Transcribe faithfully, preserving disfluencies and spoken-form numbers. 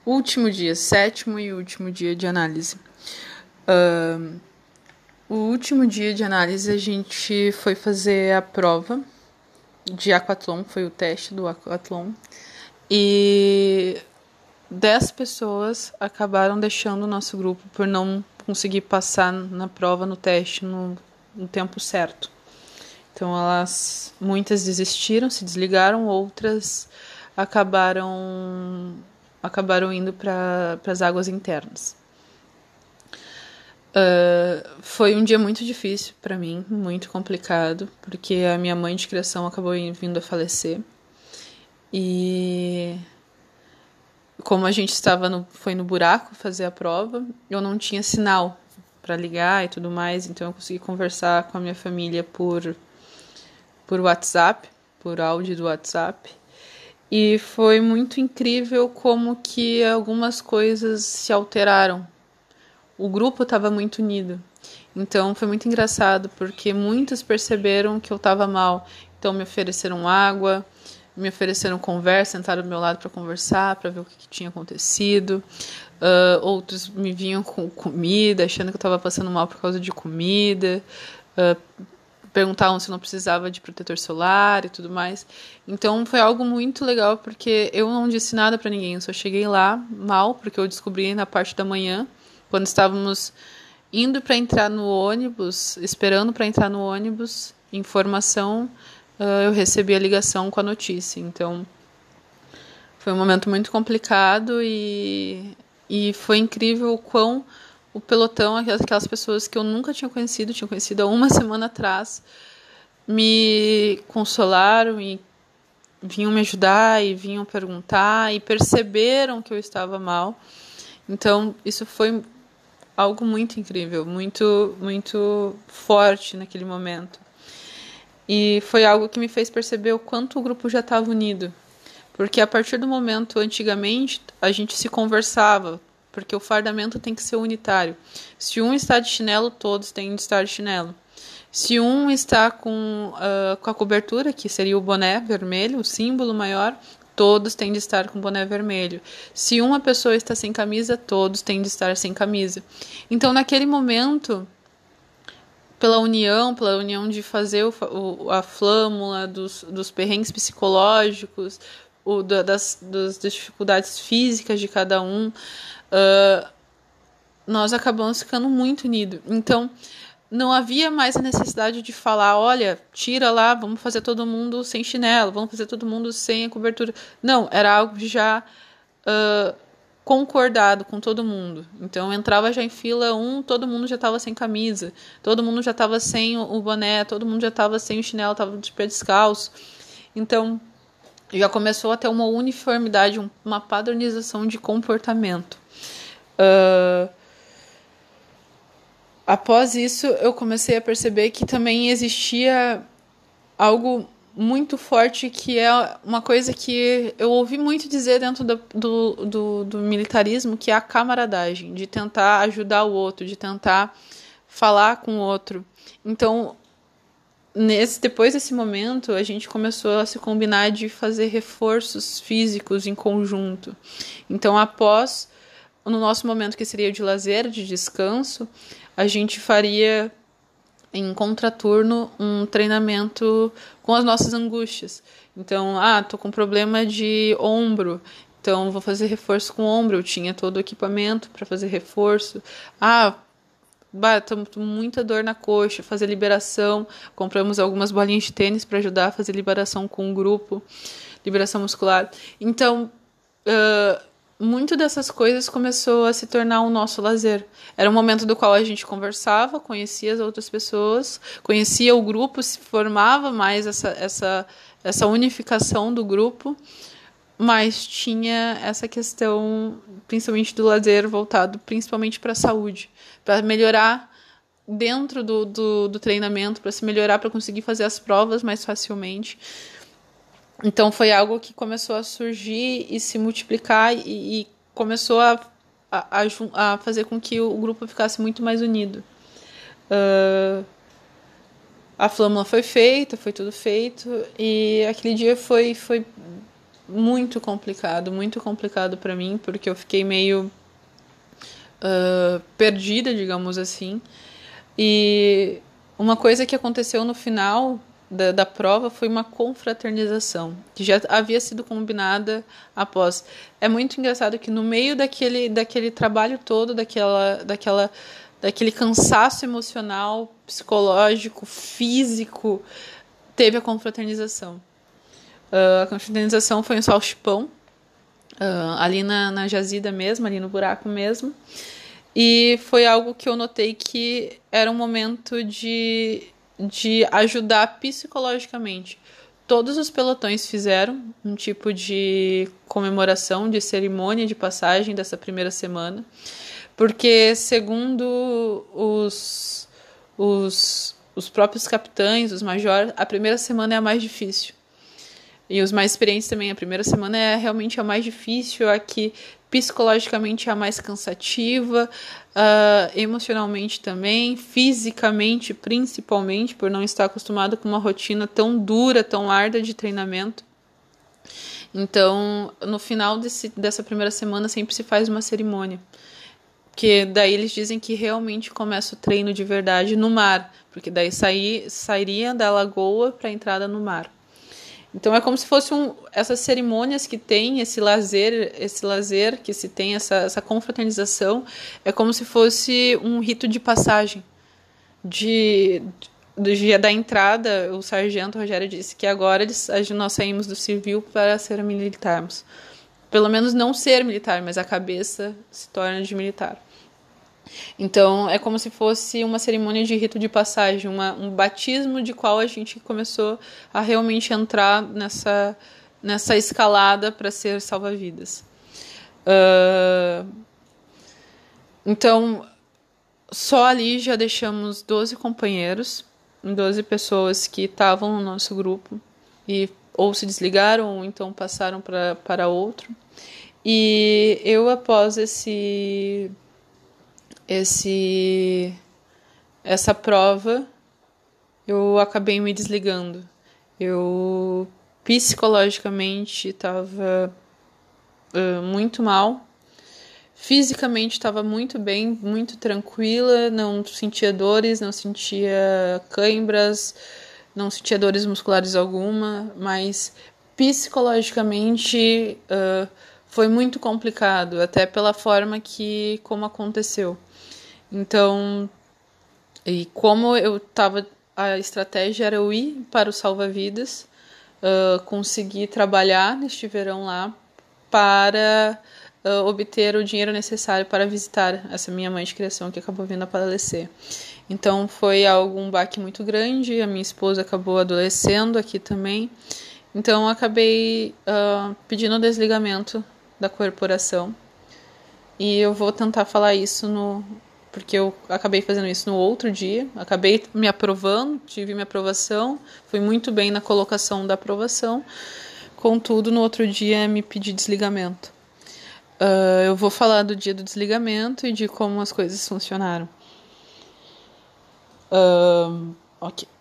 Último dia, sétimo e último dia de análise. Uh, o último dia de análise a gente foi fazer a prova de aquatlon, foi o teste do aquatlon. E dez pessoas acabaram deixando o nosso grupo por não conseguir passar na prova, no teste, no, no tempo certo. Então, elas, muitas desistiram, se desligaram, outras acabaram, acabaram indo para as águas internas. Uh, foi um dia muito difícil para mim, muito complicado, porque a minha mãe de criação acabou vindo a falecer. E como a gente estava no, foi no buraco fazer a prova, eu não tinha sinal para ligar e tudo mais, então eu consegui conversar com a minha família por, por WhatsApp, por áudio do WhatsApp. E foi muito incrível como que algumas coisas se alteraram. O grupo estava muito unido. Então foi muito engraçado, porque muitos perceberam que eu estava mal. Então me ofereceram água, me ofereceram conversa, sentaram do meu lado para conversar, para ver o que, que tinha acontecido. Uh, outros me vinham com comida, achando que eu estava passando mal por causa de comida. Uh, perguntavam se eu não precisava de protetor solar e tudo mais. Então foi algo muito legal, porque eu não disse nada para ninguém. Eu só cheguei lá mal, porque eu descobri na parte da manhã, quando estávamos indo para entrar no ônibus, esperando para entrar no ônibus, informação, uh, eu recebi a ligação com a notícia. Então foi um momento muito complicado e, e foi incrível o quão o pelotão, aquelas pessoas que eu nunca tinha conhecido, tinha conhecido há uma semana atrás, me consolaram e vinham me ajudar e vinham perguntar e perceberam que eu estava mal. Então, isso foi algo muito incrível, muito, muito forte naquele momento. E foi algo que me fez perceber o quanto o grupo já estava unido. Porque a partir do momento, antigamente, a gente se conversava, porque o fardamento tem que ser unitário. Se um está de chinelo, todos têm de estar de chinelo. Se um está com, uh, com a cobertura, que seria o boné vermelho, o símbolo maior, todos têm de estar com boné vermelho. Se uma pessoa está sem camisa, todos têm de estar sem camisa. Então, naquele momento, pela união, pela união de fazer o, o, a flâmula dos, dos perrengues psicológicos, o, das, das dificuldades físicas de cada um, uh, nós acabamos ficando muito unidos. Então, não havia mais a necessidade de falar, olha, tira lá, vamos fazer todo mundo sem chinelo, vamos fazer todo mundo sem a cobertura. Não, era algo já uh, concordado com todo mundo. Então, entrava já em fila um, todo mundo já estava sem camisa, todo mundo já estava sem o boné, todo mundo já estava sem o chinelo, estava de pé descalço. Então, já começou a ter uma uniformidade, uma padronização de comportamento. Uh, Após isso, eu comecei a perceber que também existia algo muito forte, que é uma coisa que eu ouvi muito dizer dentro do, do, do, do militarismo, que é a camaradagem, de tentar ajudar o outro, de tentar falar com o outro. Então, nesse, depois desse momento, a gente começou a se combinar de fazer reforços físicos em conjunto. Então, após, no nosso momento que seria de lazer, de descanso, a gente faria em contraturno um treinamento com as nossas angústias. Então, ah, tô com problema de ombro, então vou fazer reforço com o ombro. Eu tinha todo o equipamento para fazer reforço. Ah, bah, tô com muita dor na coxa, fazer liberação. Compramos algumas bolinhas de tênis para ajudar a fazer liberação com o grupo, liberação muscular. Então, uh, muito dessas coisas começou a se tornar o nosso lazer. Era um momento do qual a gente conversava, conhecia as outras pessoas, conhecia o grupo, se formava mais essa, essa, essa unificação do grupo, mas tinha essa questão, principalmente do lazer, voltado principalmente para a saúde, para melhorar dentro do, do, do treinamento, para se melhorar, para conseguir fazer as provas mais facilmente. Então foi algo que começou a surgir e se multiplicar e, e começou a, a, a fazer com que o grupo ficasse muito mais unido. Uh, a flâmula foi feita, foi tudo feito, e aquele dia foi, foi muito complicado, muito complicado para mim, porque eu fiquei meio uh, perdida, digamos assim. E uma coisa que aconteceu no final da, da prova foi uma confraternização, que já havia sido combinada após. É muito engraçado que no meio daquele, daquele trabalho todo, daquela, daquela, daquele cansaço emocional, psicológico, físico, teve a confraternização. Uh, a confraternização foi um salchipão, uh, ali na, na jazida mesmo, ali no buraco mesmo. E foi algo que eu notei que era um momento de, de ajudar psicologicamente. Todos os pelotões fizeram um tipo de comemoração, de cerimônia de passagem dessa primeira semana, porque segundo os, os, os próprios capitães, os majores, a primeira semana é a mais difícil. E os mais experientes também, a primeira semana é realmente a mais difícil, a que psicologicamente é a mais cansativa, uh, emocionalmente também, fisicamente principalmente, por não estar acostumado com uma rotina tão dura, tão árdua de treinamento. Então, no final desse, dessa primeira semana sempre se faz uma cerimônia, porque daí eles dizem que realmente começa o treino de verdade no mar, porque daí sair, sairia da lagoa para a entrada no mar. Então é como se fosse um, essas cerimônias que tem, esse lazer, esse lazer que se tem, essa, essa confraternização, é como se fosse um rito de passagem. De, do dia da entrada, o sargento Rogério disse que agora eles, nós saímos do civil para ser militarmos. Pelo menos não ser militar, mas a cabeça se torna de militar. Então é como se fosse uma cerimônia de rito de passagem, uma, um batismo de qual a gente começou a realmente entrar nessa, nessa escalada para ser salva-vidas. Uh, então, só ali já deixamos doze companheiros, doze pessoas que estavam no nosso grupo, e ou se desligaram ou então passaram pra, para outro. E eu, após esse... Esse, essa prova, eu acabei me desligando. Eu psicologicamente estava uh, muito mal, fisicamente estava muito bem, muito tranquila, não sentia dores, não sentia cãibras, não sentia dores musculares alguma, mas psicologicamente uh, foi muito complicado, até pela forma que como aconteceu. Então, e como eu estava, a estratégia era eu ir para o salva-vidas, uh, conseguir trabalhar neste verão lá para uh, obter o dinheiro necessário para visitar essa minha mãe de criação que acabou vindo a falecer. Então foi algo, um baque muito grande, a minha esposa acabou adoecendo aqui também, então eu acabei uh, pedindo o desligamento da corporação. E eu vou tentar falar isso no... porque eu acabei fazendo isso no outro dia, acabei me aprovando, tive minha aprovação, fui muito bem na colocação da aprovação, contudo, no outro dia me pedi desligamento. Uh, eu vou falar do dia do desligamento e de como as coisas funcionaram. Uh, ok.